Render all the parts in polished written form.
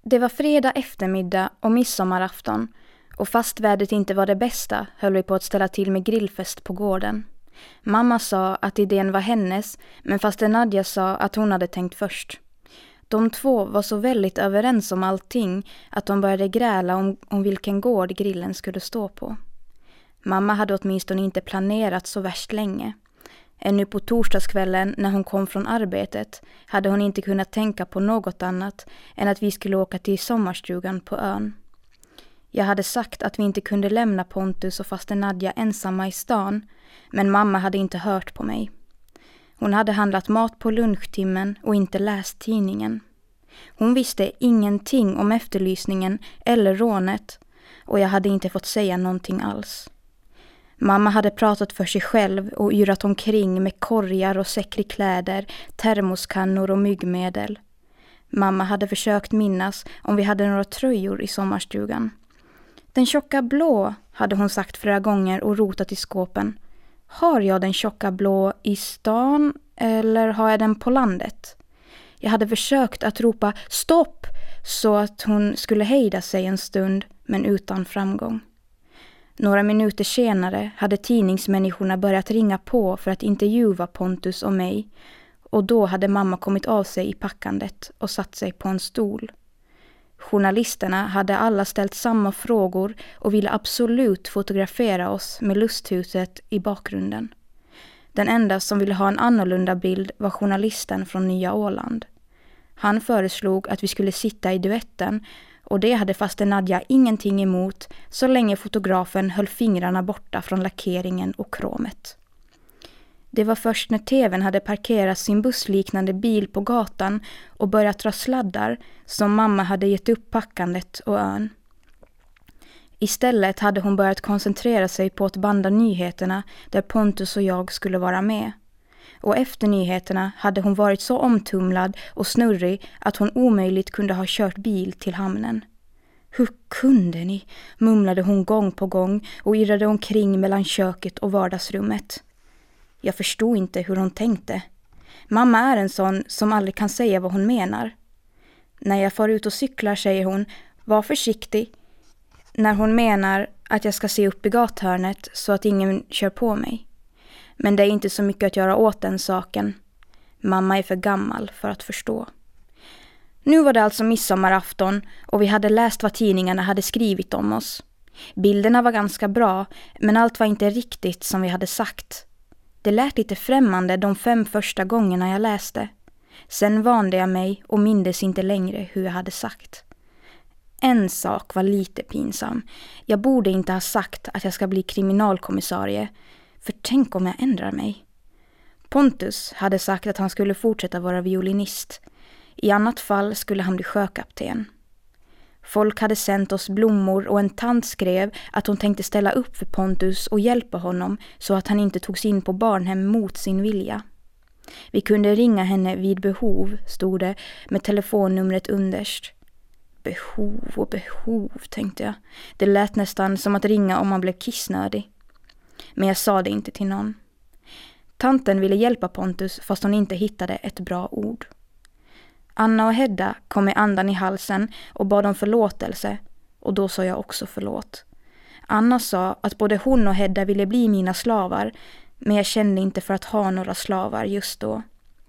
Det var fredag eftermiddag och midsommarafton, och fast vädret inte var det bästa höll vi på att ställa till med grillfest på gården. Mamma sa att idén var hennes, men fast Nadja sa att hon hade tänkt först. De två var så väldigt överens om allting att de började gräla om vilken gård grillen skulle stå på. Mamma hade åtminstone inte planerat så värst länge. Ännu på torsdagskvällen när hon kom från arbetet hade hon inte kunnat tänka på något annat än att vi skulle åka till sommarstugan på ön. Jag hade sagt att vi inte kunde lämna Pontus och faster Nadja ensamma i stan, men mamma hade inte hört på mig. Hon hade handlat mat på lunchtimmen och inte läst tidningen. Hon visste ingenting om efterlysningen eller rånet, och jag hade inte fått säga någonting alls. Mamma hade pratat för sig själv och yrat omkring med korgar och säckrig kläder, termoskannor och myggmedel. Mamma hade försökt minnas om vi hade några tröjor i sommarstugan. Den tjocka blå, hade hon sagt flera gånger och rotat i skåpen. Har jag den tjocka blå i stan eller har jag den på landet? Jag hade försökt att ropa stopp så att hon skulle hejda sig en stund, men utan framgång. Några minuter senare hade tidningsmänniskorna börjat ringa på för att intervjua Pontus och mig, och då hade mamma kommit av sig i packandet och satt sig på en stol. Journalisterna hade alla ställt samma frågor och ville absolut fotografera oss med lusthuset i bakgrunden. Den enda som ville ha en annorlunda bild var journalisten från Nya Åland. Han föreslog att vi skulle sitta i duetten, och det hade faster Nadja ingenting emot så länge fotografen höll fingrarna borta från lackeringen och kromet. Det var först när tvn hade parkerat sin bussliknande bil på gatan och börjat dra sladdar som mamma hade gett upp packandet och ön. Istället hade hon börjat koncentrera sig på att banda nyheterna där Pontus och jag skulle vara med. Och efter nyheterna hade hon varit så omtumlad och snurrig att hon omöjligt kunde ha kört bil till hamnen. Hur kunde ni? Mumlade hon gång på gång och irrade omkring mellan köket och vardagsrummet. Jag förstod inte hur hon tänkte. Mamma är en sån som aldrig kan säga vad hon menar. När jag far ut och cyklar säger hon, var försiktig. När hon menar att jag ska se upp i gathörnet så att ingen kör på mig. Men det är inte så mycket att göra åt den saken. Mamma är för gammal för att förstå. Nu var det alltså midsommarafton och vi hade läst vad tidningarna hade skrivit om oss. Bilderna var ganska bra, men allt var inte riktigt som vi hade sagt. Det lät lite främmande de 5 första gångerna jag läste. Sen vande jag mig och mindes inte längre hur jag hade sagt. En sak var lite pinsam. Jag borde inte ha sagt att jag ska bli kriminalkommissarie. För tänk om jag ändrar mig. Pontus hade sagt att han skulle fortsätta vara violinist. I annat fall skulle han bli sjökapten. Folk hade sänt oss blommor och en tant skrev att hon tänkte ställa upp för Pontus och hjälpa honom så att han inte togs in på barnhem mot sin vilja. Vi kunde ringa henne vid behov, stod det med telefonnumret underst. Behov och behov, tänkte jag. Det lät nästan som att ringa om man blev kissnödig. Men jag sa det inte till någon. Tanten ville hjälpa Pontus fast hon inte hittade ett bra ord. Anna och Hedda kom med andan i halsen och bad om förlåtelse, och då sa jag också förlåt. Anna sa att både hon och Hedda ville bli mina slavar, men jag kände inte för att ha några slavar just då.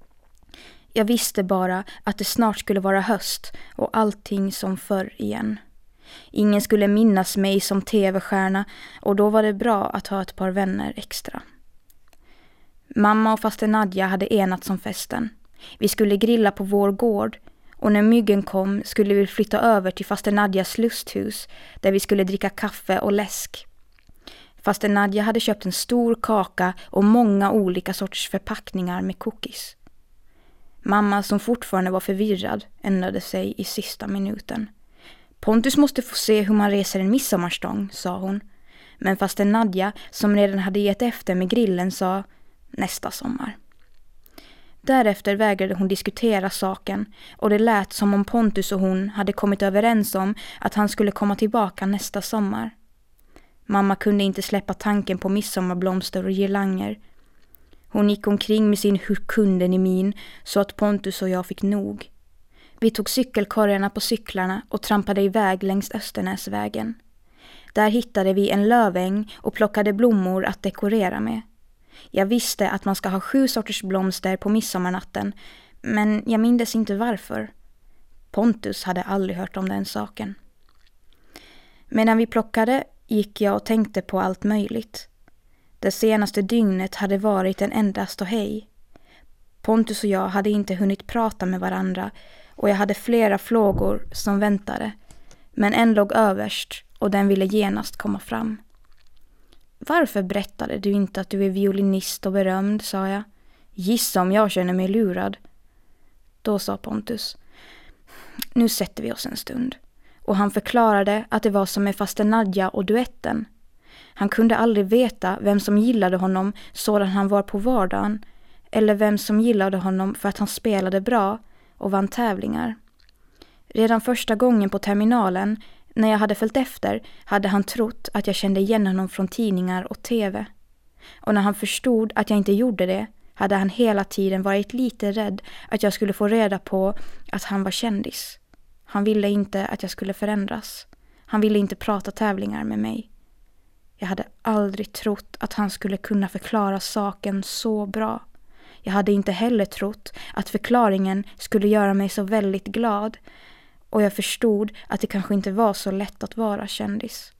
Jag visste bara att det snart skulle vara höst och allting som förr igen. Ingen skulle minnas mig som tv-stjärna, och då var det bra att ha ett par vänner extra. Mamma och faster Nadja hade enats om festen. Vi skulle grilla på vår gård, och när myggen kom skulle vi flytta över till faster Nadjas lusthus där vi skulle dricka kaffe och läsk. Faster Nadja hade köpt en stor kaka och många olika sorters förpackningar med cookies. Mamma, som fortfarande var förvirrad, ändrade sig i sista minuten. Pontus måste få se hur man reser en midsommarstång, sa hon. Men faster Nadja, som redan hade gett efter med grillen, sa nästa sommar. Därefter vägrade hon diskutera saken, och det lät som om Pontus och hon hade kommit överens om att han skulle komma tillbaka nästa sommar. Mamma kunde inte släppa tanken på midsommarblomster och girlanger. Hon gick omkring med sin hur kunden i min så att Pontus och jag fick nog. Vi tog cykelkorgarna på cyklarna och trampade iväg längs Östernäsvägen. Där hittade vi en löväng och plockade blommor att dekorera med. Jag visste att man ska ha 7 sorters blomster på midsommarnatten, men jag mindes inte varför. Pontus hade aldrig hört om den saken. Medan vi plockade gick jag och tänkte på allt möjligt. Det senaste dygnet hade varit en enda ståhej. Pontus och jag hade inte hunnit prata med varandra och jag hade flera frågor som väntade. Men en låg överst och den ville genast komma fram. Varför berättade du inte att du är violinist och berömd, sa jag. Gissa om jag känner mig lurad. Då sa Pontus, nu sätter vi oss en stund. Och han förklarade att det var som med faster Nadja och duetten. Han kunde aldrig veta vem som gillade honom sådan han var på vardagen, eller vem som gillade honom för att han spelade bra och vann tävlingar. Redan första gången på terminalen, när jag hade följt efter, hade han trott att jag kände igen honom från tidningar och tv. Och när han förstod att jag inte gjorde det, hade han hela tiden varit lite rädd att jag skulle få reda på att han var kändis. Han ville inte att jag skulle förändras. Han ville inte prata tävlingar med mig. Jag hade aldrig trott att han skulle kunna förklara saken så bra. Jag hade inte heller trott att förklaringen skulle göra mig så väldigt glad. Och jag förstod att det kanske inte var så lätt att vara kändis.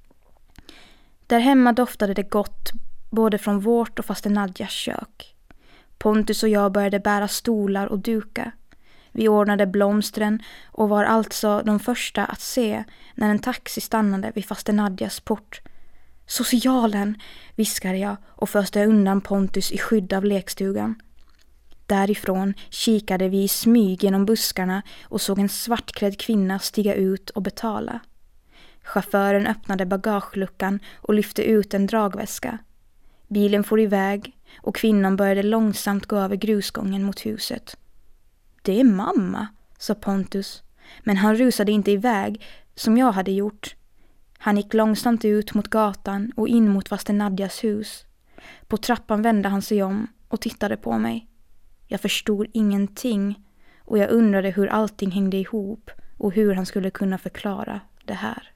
Där hemma doftade det gott både från vårt och faster Nadjas kök. Pontus och jag började bära stolar och duka. Vi ordnade blomstren och var alltså de första att se när en taxi stannade vid faster Nadjas port. Socialen, viskade jag och föste undan Pontus i skydd av lekstugan. Därifrån kikade vi i smyg genom buskarna och såg en svartklädd kvinna stiga ut och betala. Chauffören öppnade bagageluckan och lyfte ut en dragväska. Bilen for iväg och kvinnan började långsamt gå över grusgången mot huset. Det är mamma, sa Pontus, men han rusade inte iväg som jag hade gjort. Han gick långsamt ut mot gatan och in mot faster Nadjas hus. På trappan vände han sig om och tittade på mig. Jag förstod ingenting och jag undrade hur allting hängde ihop och hur han skulle kunna förklara det här.